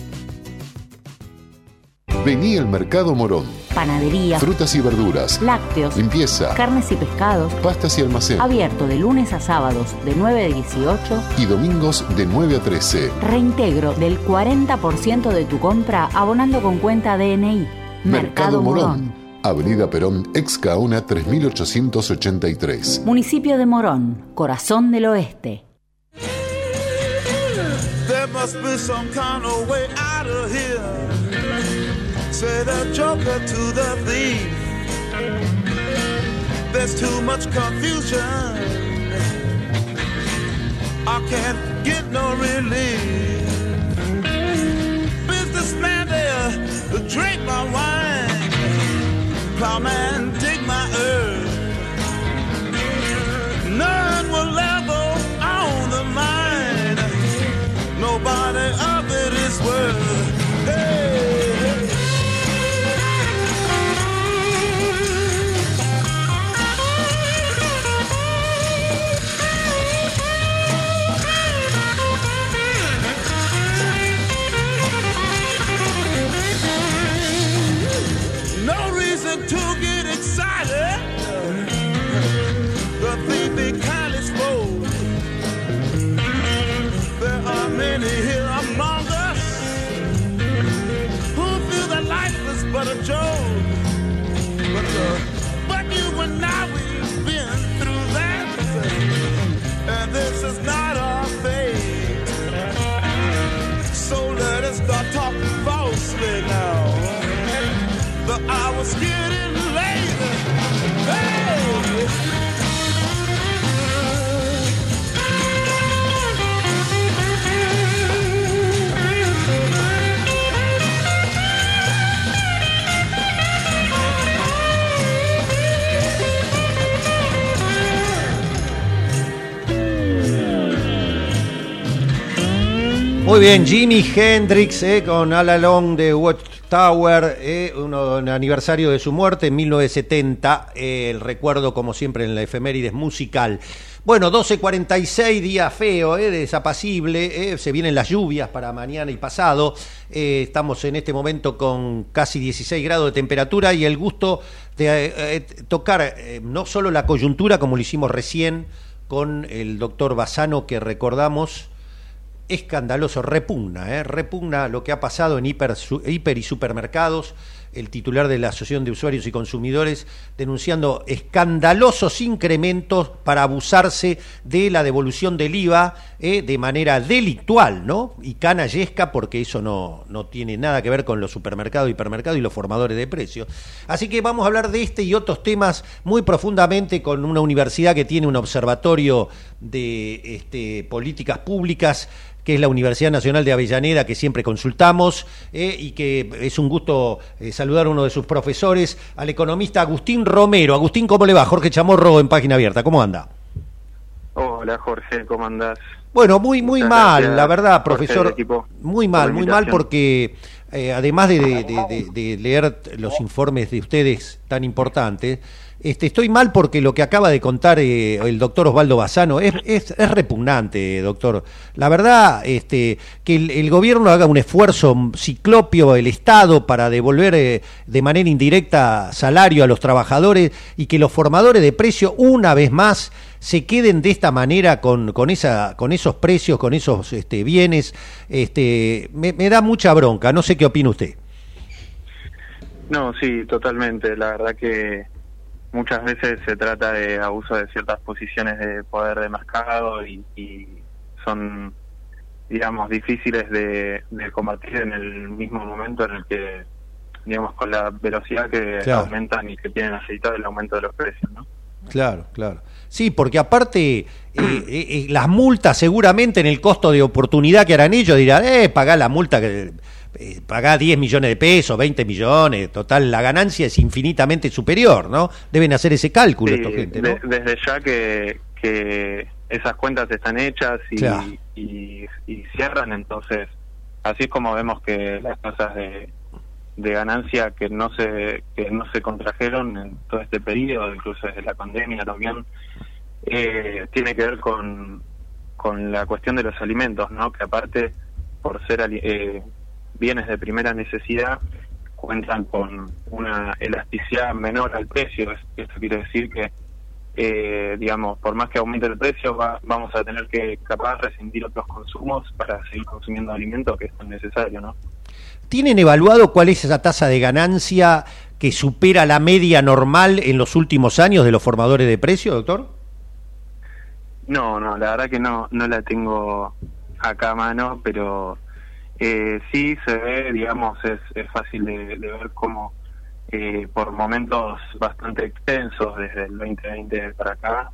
Vení al Mercado Morón. Panadería, frutas y verduras, lácteos, limpieza, carnes y pescados, pastas y almacén. Abierto de lunes a sábados de 9 a 18 y domingos de 9 a 13. Reintegro del 40% de tu compra abonando con cuenta DNI. Mercado Morón. Avenida Perón, ex Caona 3883. Municipio de Morón, corazón del oeste. There must be some kind of way out of here. Say the joker to the thief. There's too much confusion. I can't get no relief. Businessman there, drink my wine. Plowman, dig my earth. None will level on the mine. Nobody of it is worth. Hey. To get excited, the thief be kind exposed. There are many here among us who feel that life is but a joke. But you and I, we've been through that, and this is not our fate. So let us start talking falsely now. The hour's getting late. Hey! Muy bien, Jimi Hendrix con All Along the Tower, un aniversario de su muerte en 1970, el recuerdo como siempre en la efemérides musical. Bueno, 12:46, día feo, desapacible, se vienen las lluvias para mañana y pasado, estamos en este momento con casi 16 grados de temperatura y el gusto de tocar no solo la coyuntura como lo hicimos recién con el doctor Bassano, que recordamos escandaloso, repugna lo que ha pasado en hiper y supermercados. El titular de la Asociación de Usuarios y Consumidores denunciando escandalosos incrementos para abusarse de la devolución del IVA de manera delictual, ¿no? Y canallesca, porque eso no tiene nada que ver con los supermercados, hipermercados y los formadores de precios. Así que vamos a hablar de este y otros temas muy profundamente con una universidad que tiene un observatorio de políticas públicas, que es la Universidad Nacional de Avellaneda, que siempre consultamos, y que es un gusto saludar a uno de sus profesores, al economista Agustín Romero. Agustín, ¿cómo le va? Jorge Chamorro en Página Abierta, ¿cómo anda? Hola Jorge, ¿cómo andás? Bueno, muy mal, gracias, la verdad, profesor. Jorge, muy mal, porque además de leer los informes de ustedes tan importantes, estoy mal porque lo que acaba de contar el doctor Osvaldo Bassano es repugnante, doctor. La verdad, que el gobierno haga un esfuerzo ciclopio, el Estado, para devolver de manera indirecta salario a los trabajadores y que los formadores de precio, una vez más, se queden de esta manera con esos precios, con esos bienes, me da mucha bronca. No sé qué opina usted. No, sí, totalmente. La verdad que muchas veces se trata de abuso de ciertas posiciones de poder de mercado y son, digamos, difíciles de combatir en el mismo momento en el que, digamos, con la velocidad que aumentan y que tienen aceitado el aumento de los precios, ¿no? Claro. Sí, porque aparte las multas seguramente en el costo de oportunidad que harán ellos dirán, pagá la multa que... pagá 10 millones de pesos, 20 millones, total, la ganancia es infinitamente superior, ¿no? Deben hacer ese cálculo esta gente, ¿no? Desde ya que esas cuentas están hechas y cierran, entonces así es como vemos que las tasas de ganancia que no se contrajeron en todo este periodo, incluso desde la pandemia también, tiene que ver con la cuestión de los alimentos, ¿no? Que aparte, por ser bienes de primera necesidad, cuentan con una elasticidad menor al precio. Esto quiere decir que, digamos, por más que aumente el precio, vamos a tener que capaz rescindir otros consumos para seguir consumiendo alimentos que es tan necesario, ¿no? ¿Tienen evaluado cuál es esa tasa de ganancia que supera la media normal en los últimos años de los formadores de precio, doctor? No, la verdad que no la tengo acá a mano, pero sí se ve, digamos, es fácil de ver cómo por momentos bastante extensos desde el 2020 para acá,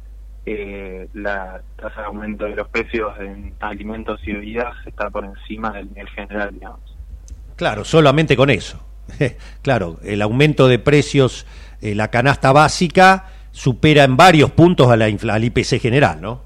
la tasa de aumento de los precios en alimentos y bebidas está por encima del nivel general, digamos. Claro, solamente con eso. Claro, el aumento de precios, la canasta básica supera en varios puntos al IPC general, ¿no?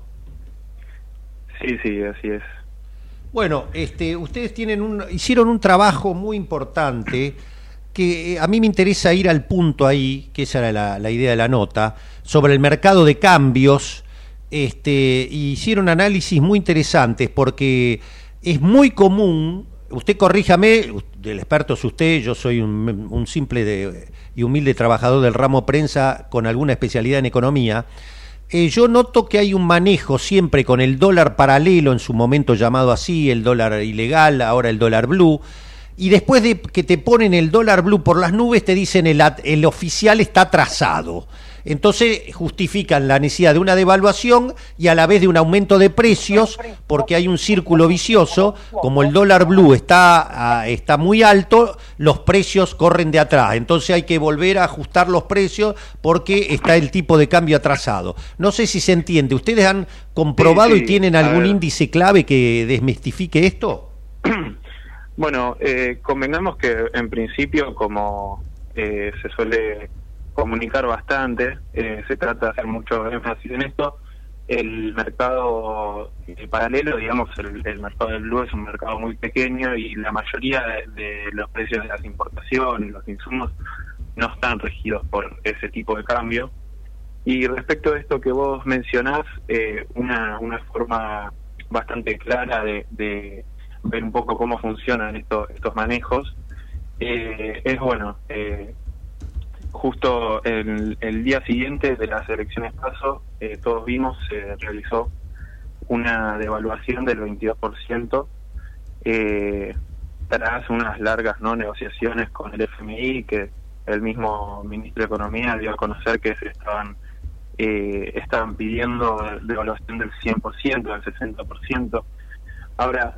Sí, así es. Bueno, ustedes hicieron un trabajo muy importante que a mí me interesa ir al punto ahí, que esa era la idea de la nota, sobre el mercado de cambios. Hicieron análisis muy interesantes porque es muy común, usted corríjame, el experto es usted, yo soy un simple y humilde trabajador del ramo prensa con alguna especialidad en economía. Yo noto que hay un manejo siempre con el dólar paralelo, en su momento llamado así, el dólar ilegal, ahora el dólar blue, y después de que te ponen el dólar blue por las nubes te dicen el oficial está atrasado. Entonces justifican la necesidad de una devaluación y a la vez de un aumento de precios, porque hay un círculo vicioso. Como el dólar blue está muy alto, los precios corren de atrás, entonces hay que volver a ajustar los precios porque está el tipo de cambio atrasado. No sé si se entiende, ¿ustedes han comprobado y tienen algún índice clave que desmistifique esto? Bueno, convengamos que en principio, como se suele comunicar bastante, se trata de hacer mucho énfasis en esto, el mercado paralelo, digamos, el mercado del blue es un mercado muy pequeño y la mayoría de los precios de las importaciones, los insumos, no están regidos por ese tipo de cambio. Y respecto a esto que vos mencionás, una forma bastante clara de ver un poco cómo funcionan estos manejos es, bueno, justo el día siguiente de las elecciones PASO, todos vimos, se realizó una devaluación del 22%, tras unas largas negociaciones con el FMI, que el mismo ministro de Economía dio a conocer que se estaban pidiendo devaluación del 100%, del 60%. Ahora,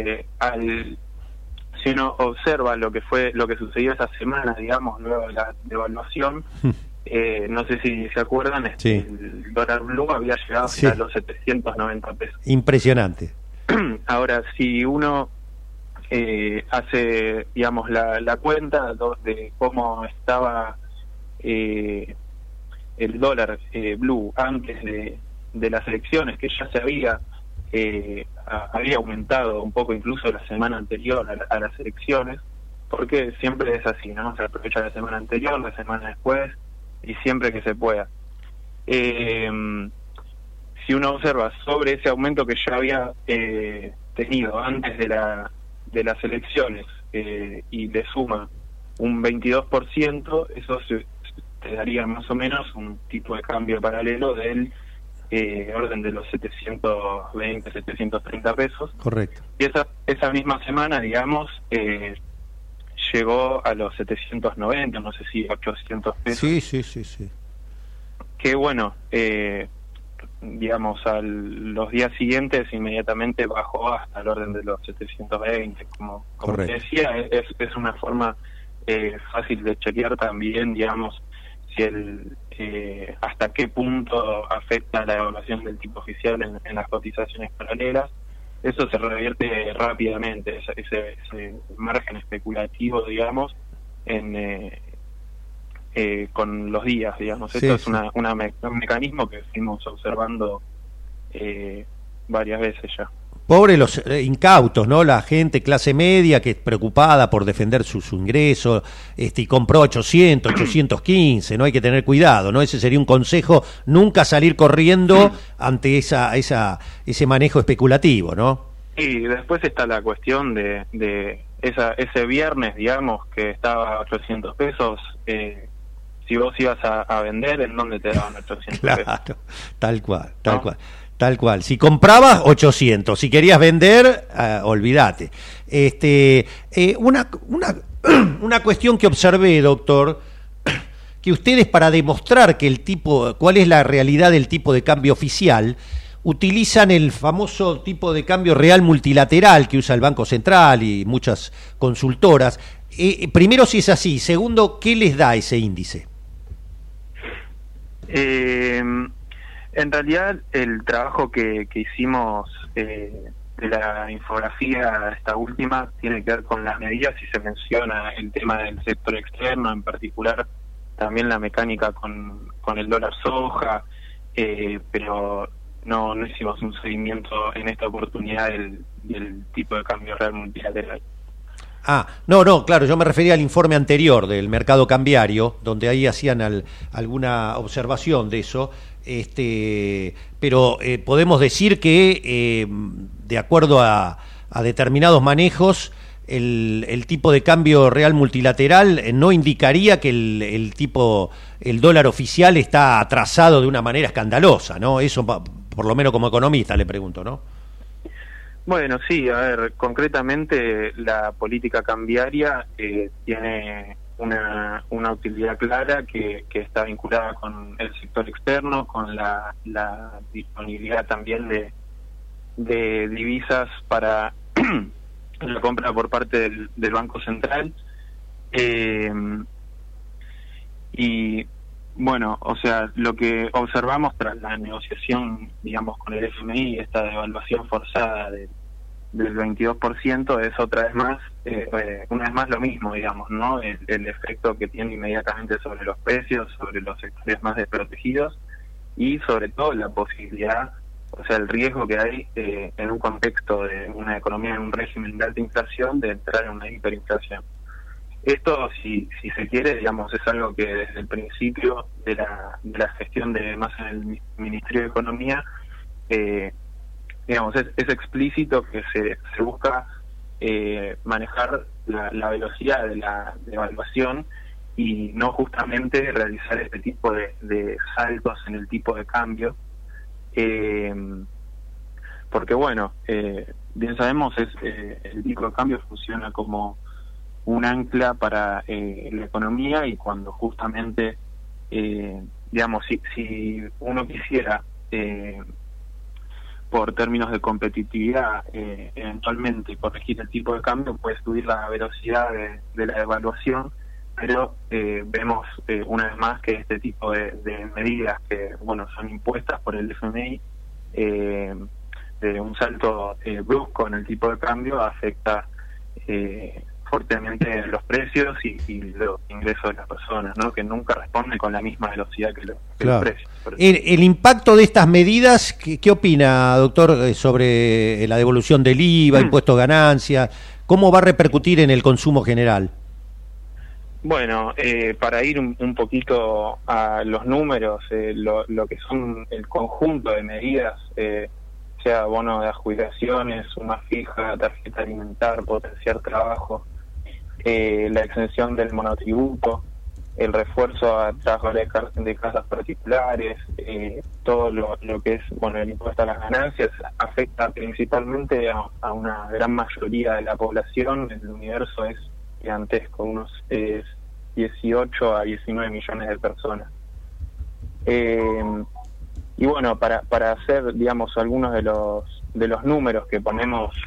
si uno observa lo que sucedió esa semana, digamos, luego de la devaluación, no sé si se acuerdan, sí. El dólar blue había llegado hasta los 790 pesos. Impresionante. Ahora, si uno hace, digamos, la cuenta de cómo estaba el dólar blue antes de las elecciones, que ya se había aumentado un poco incluso la semana anterior a las elecciones, porque siempre es así, ¿no? Se aprovecha la semana anterior, la semana después, y siempre que se pueda. Si uno observa sobre ese aumento que ya había tenido antes de las elecciones y le suma un 22%, eso te daría más o menos un tipo de cambio paralelo del orden de los 720, 730 pesos. Correcto. Y esa misma semana, digamos, llegó a los 790, no sé si 800 pesos. Sí. Que bueno, digamos, los días siguientes inmediatamente bajó hasta el orden de los 720, como te decía, es una forma fácil de chequear también, digamos, si hasta qué punto afecta la evaluación del tipo oficial en las cotizaciones paralelas. Eso se revierte rápidamente, ese margen especulativo, digamos, con los días, digamos. Sí, Esto sí. es un mecanismo que fuimos observando varias veces ya. Pobre los incautos, ¿no? La gente clase media que es preocupada por defender su ingreso, y compró 800, 815, ¿no? Hay que tener cuidado, ¿no? Ese sería un consejo, nunca salir corriendo ante ese manejo especulativo, ¿no? Y después está la cuestión de ese viernes, digamos, que estaba a 800 pesos, si vos ibas a vender, ¿en dónde te daban 800 pesos? Claro, tal cual. Si comprabas, 800. Si querías vender, olvídate. Una cuestión que observé, doctor, que ustedes, para demostrar cuál es la realidad del tipo de cambio oficial, utilizan el famoso tipo de cambio real multilateral que usa el Banco Central y muchas consultoras. Primero, si es así. Segundo, ¿qué les da ese índice? En realidad, el trabajo que hicimos de la infografía, esta última, tiene que ver con las medidas y se menciona el tema del sector externo, en particular también la mecánica con el dólar soja, pero no hicimos un seguimiento en esta oportunidad del tipo de cambio real multilateral. No, claro, yo me refería al informe anterior del mercado cambiario, donde ahí hacían alguna observación de eso, pero podemos decir que de acuerdo a determinados manejos, el tipo de cambio real multilateral no indicaría que el dólar oficial está atrasado de una manera escandalosa, ¿no? Eso, por lo menos como economista, le pregunto, ¿no? Bueno, sí, a ver, concretamente la política cambiaria tiene una utilidad clara que está vinculada con el sector externo, con la disponibilidad también de divisas para la compra por parte del Banco Central. Y bueno, o sea, lo que observamos tras la negociación, digamos, con el FMI, esta devaluación forzada del 22%, es una vez más lo mismo, digamos, ¿no? El efecto que tiene inmediatamente sobre los precios, sobre los sectores más desprotegidos y sobre todo la posibilidad o sea, el riesgo que hay en un contexto de una economía en un régimen de alta inflación de entrar en una hiperinflación. Esto, si se quiere, digamos, es algo que desde el principio de la gestión de Massa en el Ministerio de Economía, digamos, es explícito que se busca manejar la velocidad de la devaluación y no justamente realizar este tipo de saltos en el tipo de cambio, porque bueno, bien sabemos, el tipo de cambio funciona como un ancla para la economía, y cuando justamente, digamos, si uno quisiera, por términos de competitividad, eventualmente corregir el tipo de cambio, puede subir la velocidad de la devaluación, pero vemos una vez más que este tipo de medidas que, bueno, son impuestas por el FMI, de un salto brusco en el tipo de cambio, afecta fuertemente los precios y los ingresos de las personas, ¿no? Que nunca responden con la misma velocidad que los precios. El impacto de estas medidas, ¿qué opina, doctor, sobre la devolución del IVA, impuesto a ganancias? ¿Cómo va a repercutir en el consumo general? Bueno, para ir un poquito a los números, lo que son el conjunto de medidas, sea bono de jubilaciones, suma fija, tarjeta alimentar, potenciar trabajo, la exención del monotributo, el refuerzo a trabajadores de casas particulares, todo lo que es, bueno, el impuesto a las ganancias, afecta principalmente a una gran mayoría de la población. El universo es gigantesco, unos 18 a 19 millones de personas. Y bueno, para hacer, digamos, algunos de los números que ponemos,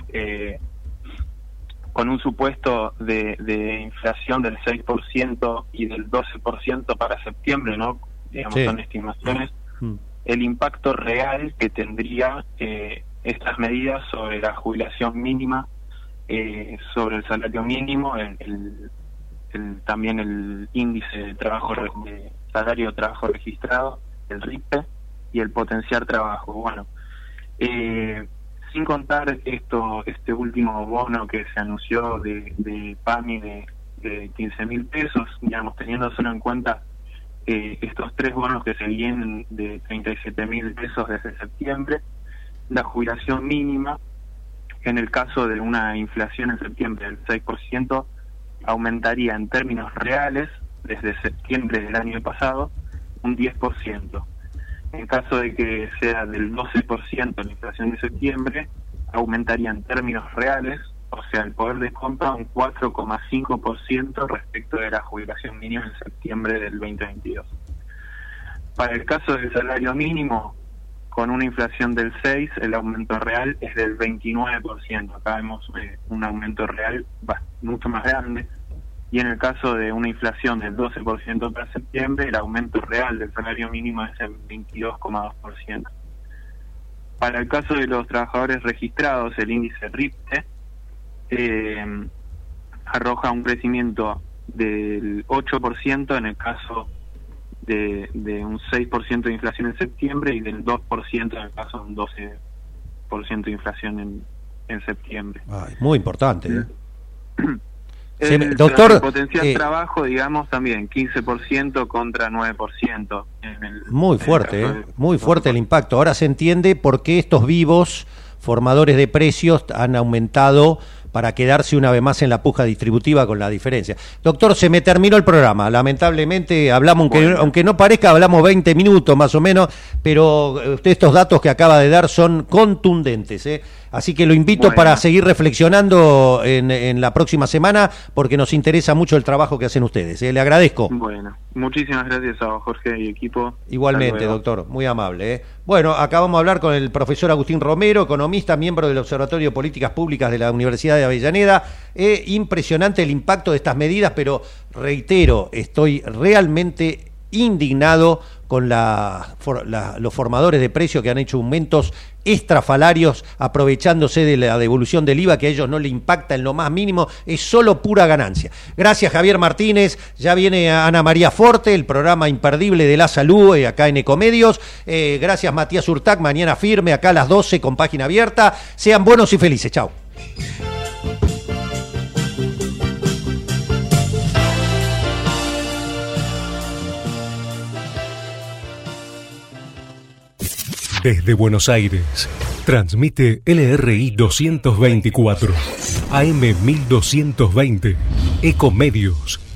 con un supuesto de inflación del 6% y del 12% para septiembre, ¿no? Digamos, sí, son estimaciones. El impacto real que tendría estas medidas sobre la jubilación mínima, sobre el salario mínimo, también el índice de trabajo, de salario de trabajo registrado, el RIPE, y el potenciar trabajo. Bueno, sin contar este último bono que se anunció de PAMI de 15.000 pesos, digamos, teniendo solo en cuenta estos tres bonos que se vienen de 37.000 pesos desde septiembre, la jubilación mínima, en el caso de una inflación en septiembre del 6%, aumentaría en términos reales desde septiembre del año pasado un 10%. En caso de que sea del 12% la inflación de septiembre, aumentaría en términos reales, o sea, el poder de compra, un 4,5% respecto de la jubilación mínima en septiembre del 2022. Para el caso del salario mínimo, con una inflación del 6%, el aumento real es del 29%. Acá vemos un aumento real mucho más grande. Y en el caso de una inflación del 12% para septiembre, el aumento real del salario mínimo es el 22,2%. Para el caso de los trabajadores registrados, el índice RIPTE arroja un crecimiento del 8% en el caso de un 6% de inflación en septiembre y del 2% en el caso de un 12% de inflación en septiembre. Ay, muy importante, ¿eh? Doctor, potencial trabajo, digamos, también 15% contra 9%. Muy fuerte, muy fuerte el impacto. Ahora se entiende por qué estos vivos formadores de precios han aumentado para quedarse una vez más en la puja distributiva con la diferencia. Doctor, se me terminó el programa. Lamentablemente hablamos, aunque no parezca, hablamos 20 minutos más o menos, pero estos datos que acaba de dar son contundentes, ¿eh? Así que lo invito para seguir reflexionando en la próxima semana, porque nos interesa mucho el trabajo que hacen ustedes, ¿eh? Le agradezco. Bueno, muchísimas gracias a Jorge y equipo. Igualmente, doctor, muy amable, ¿eh? Bueno, acá vamos a hablar con el profesor Agustín Romero, economista, miembro del Observatorio de Políticas Públicas de la Universidad de Avellaneda. Impresionante el impacto de estas medidas, pero reitero, estoy realmente indignado con los formadores de precios que han hecho aumentos estrafalarios aprovechándose de la devolución del IVA que a ellos no le impacta en lo más mínimo, es solo pura ganancia. Gracias, Javier Martínez. Ya viene Ana María Forte, el programa imperdible de la salud acá en Ecomedios. Gracias, Matías Urtac, mañana firme acá a las 12 con Página Abierta. Sean buenos y felices. Chao. Desde Buenos Aires, transmite LRI 224, AM 1220, Ecomedios.